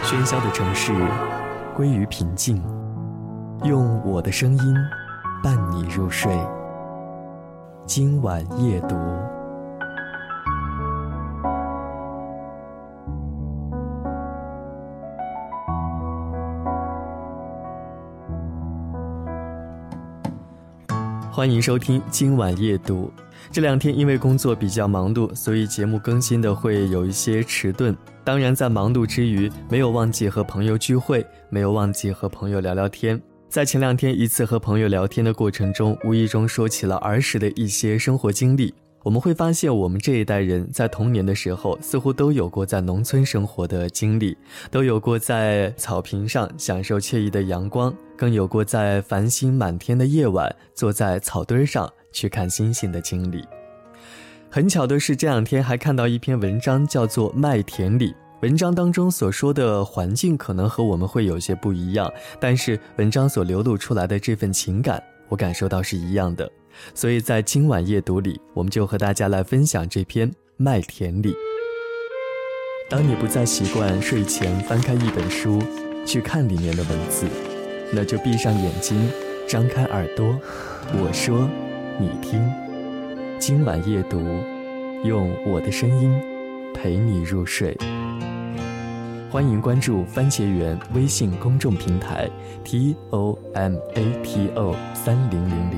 喧嚣的城市归于平静，用我的声音伴你入睡。今晚夜读。欢迎收听今晚夜读。这两天因为工作比较忙碌，所以节目更新的会有一些迟钝。当然在忙碌之余，没有忘记和朋友聚会，没有忘记和朋友聊聊天。在前两天一次和朋友聊天的过程中，无意中说起了儿时的一些生活经历。我们会发现，我们这一代人在童年的时候似乎都有过在农村生活的经历，都有过在草坪上享受惬意的阳光，更有过在繁星满天的夜晚坐在草堆上去看星星的经历。很巧的是，这两天还看到一篇文章，叫做《麦田里》。文章当中所说的环境可能和我们会有些不一样，但是文章所流露出来的这份情感，我感受到是一样的。所以在今晚夜读里，我们就和大家来分享这篇《麦田里》。当你不再习惯睡前翻开一本书去看里面的文字，那就闭上眼睛，张开耳朵，我说你听。今晚夜读，用我的声音陪你入睡。欢迎关注番茄园微信公众平台 TOMATO3000。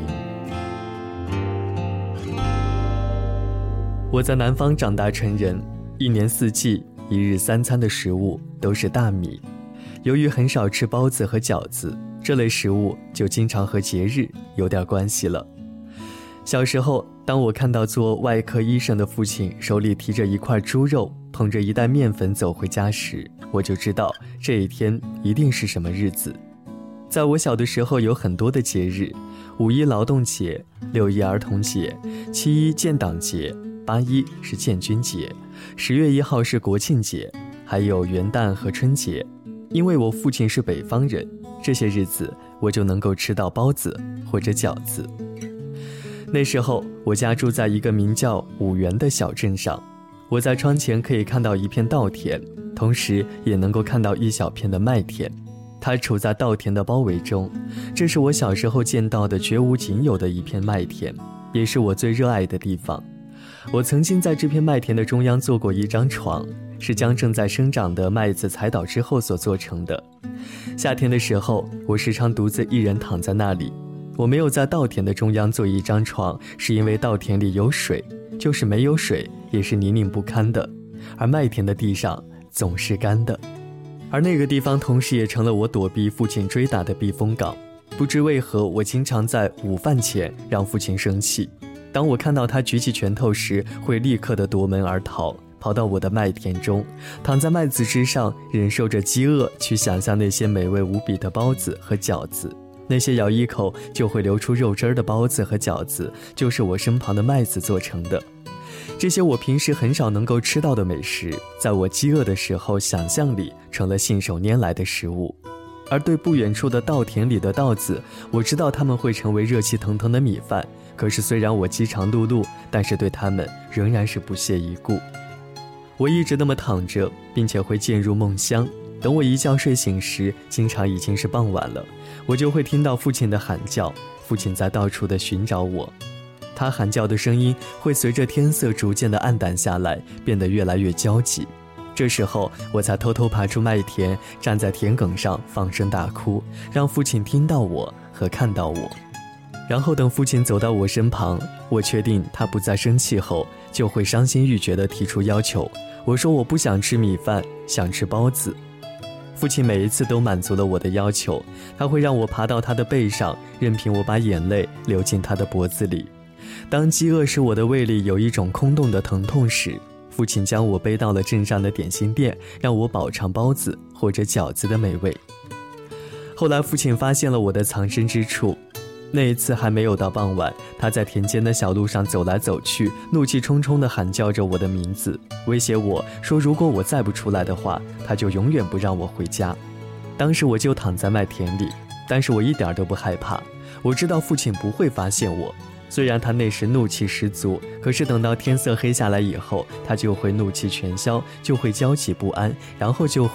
我在南方长大成人，一年四季一日三餐的食物都是大米。由于很少吃包子和饺子这类食物，就经常和节日有点关系了。小时候，当我看到做外科医生的父亲手里提着一块猪肉，捧着一袋面粉走回家时，我就知道这一天一定是什么日子。在我小的时候，有很多的节日：5·1劳动节、6·1儿童节、7·1建党节、8·1是建军节、10月1号是国庆节，还有元旦和春节。因为我父亲是北方人，这些日子我就能够吃到包子或者饺子。那时候我家住在一个名叫五原的小镇上，我在窗前可以看到一片稻田，同时也能够看到一小片的麦田。它处在稻田的包围中，这是我小时候见到的绝无仅有的一片麦田，也是我最热爱的地方。我曾经在这片麦田的中央做过一张床，是将正在生长的麦子踩倒之后所做成的。夏天的时候，我时常独自一人躺在那里。我没有在稻田的中央做一张床，是因为稻田里有水，就是没有水也是泥泞不堪的，而麦田的地上总是干的。而那个地方同时也成了我躲避父亲追打的避风港。不知为何，我经常在午饭前让父亲生气。当我看到他举起拳头时，会立刻的夺门而逃，跑到我的麦田中，躺在麦子之上，忍受着饥饿，去想象那些美味无比的包子和饺子。那些咬一口就会流出肉汁的包子和饺子，就是我身旁的麦子做成的。这些我平时很少能够吃到的美食，在我饥饿的时候，想象里成了信手拈来的食物。而对不远处的稻田里的稻子，我知道它们会成为热气腾腾的米饭，可是虽然我饥肠辘辘，但是对它们仍然是不屑一顾。我一直那么躺着，并且会渐入梦乡。等我一觉睡醒时，经常已经是傍晚了，我就会听到父亲的喊叫，父亲在到处的寻找我。他喊叫的声音会随着天色逐渐的暗淡下来，变得越来越焦急。这时候我才偷偷爬出麦田，站在田埂上放声大哭，让父亲听到我和看到我。然后等父亲走到我身旁，我确定他不再生气后，就会伤心欲绝地提出要求。我说我不想吃米饭，想吃包子。父亲每一次都满足了我的要求，他会让我爬到他的背上，任凭我把眼泪流进他的脖子里。当饥饿使我的胃里有一种空洞的疼痛时，父亲将我背到了镇上的点心店，让我饱尝包子或者饺子的美味。后来父亲发现了我的藏身之处，那一次还没有到傍晚，他在田间的小路上走来走去，怒气冲冲地喊叫着我的名字，威胁我说如果我再不出来的话，他就永远不让我回家。当时我就躺在麦田里，但是我一点都不害怕，我知道父亲不会发现我。虽然他那时怒气十足，可是等到天色黑下来以后，他就会怒气全消，就会焦急不安，然后就会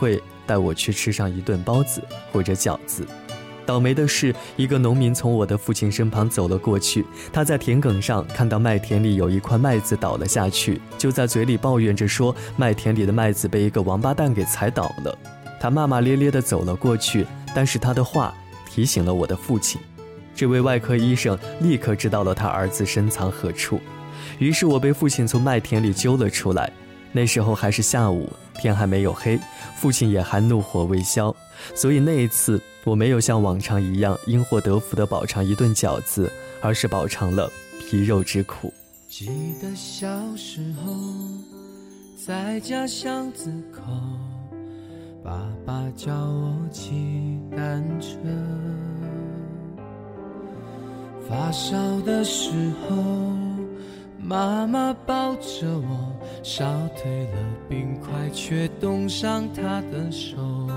带我去吃上一顿包子或者饺子。倒霉的是，一个农民从我的父亲身旁走了过去，他在田埂上看到麦田里有一块麦子倒了下去，就在嘴里抱怨着说麦田里的麦子被一个王八蛋给踩倒了。他骂骂咧咧地走了过去，但是他的话提醒了我的父亲。这位外科医生立刻知道了他儿子深藏何处，于是我被父亲从麦田里揪了出来。那时候还是下午，天还没有黑，父亲也还怒火未消，所以那一次我没有像往常一样因祸得福地饱尝一顿饺子，而是饱尝了皮肉之苦。 记得小时候在家巷子口，爸爸教我骑单车，发烧的时候妈妈抱着我，烧退了冰块却冻伤她的手。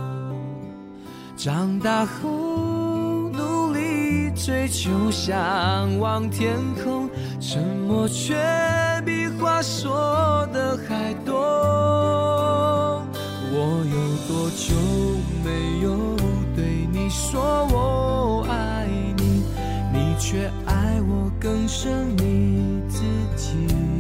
长大后努力追求向往天空，沉默却比话说的还多。我有多久没有对你说我爱你，你却爱我更胜你自己。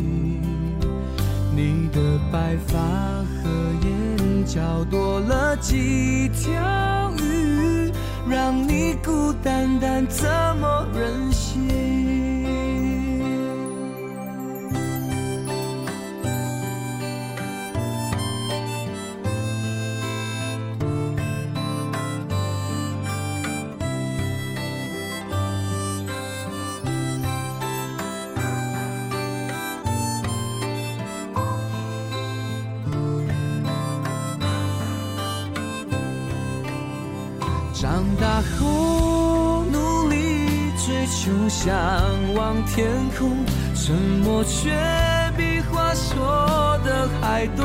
你的白发和眼角多了几条鱼，让你孤单单怎么忍心。长大后努力追求向往天空，沉默却比话说的还多。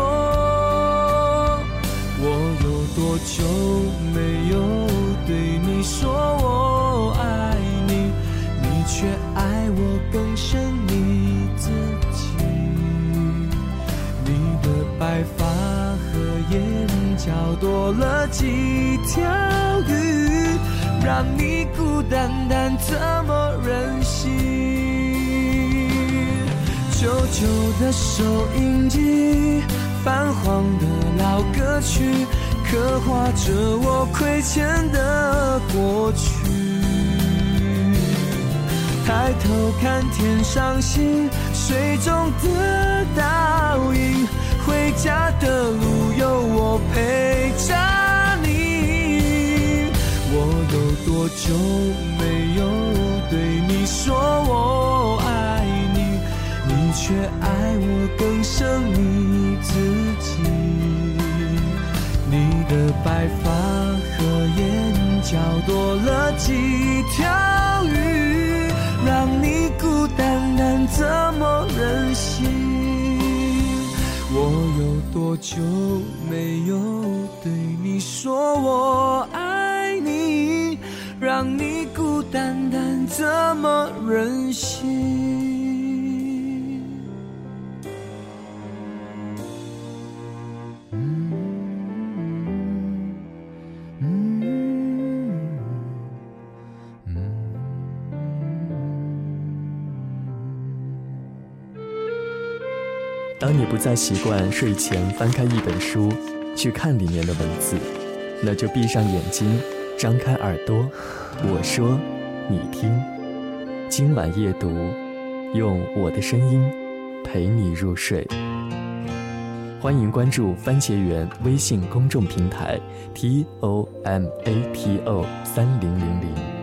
我有多久没有对你说我爱你，你却爱我更胜你自己。你的白发和眼角多了几条鱼，让你孤单单怎么忍心。旧旧的收音机，泛黄的老歌曲，刻画着我亏欠的过去。抬头看天上星，水中的倒影，回家的路有我陪着你。我有多久没有对你说我爱你，你却爱我更胜你自己。你的白发和眼角多了几条鱼，让你孤单单怎么忍心。我有多久没有对你说我爱你，让你孤单单怎么忍心。 当你不再习惯睡前翻开一本书去看里面的文字，那就闭上眼睛，张开耳朵，我说你听。今晚夜读，用我的声音陪你入睡。欢迎关注番茄园微信公众平台 TOMATO3000。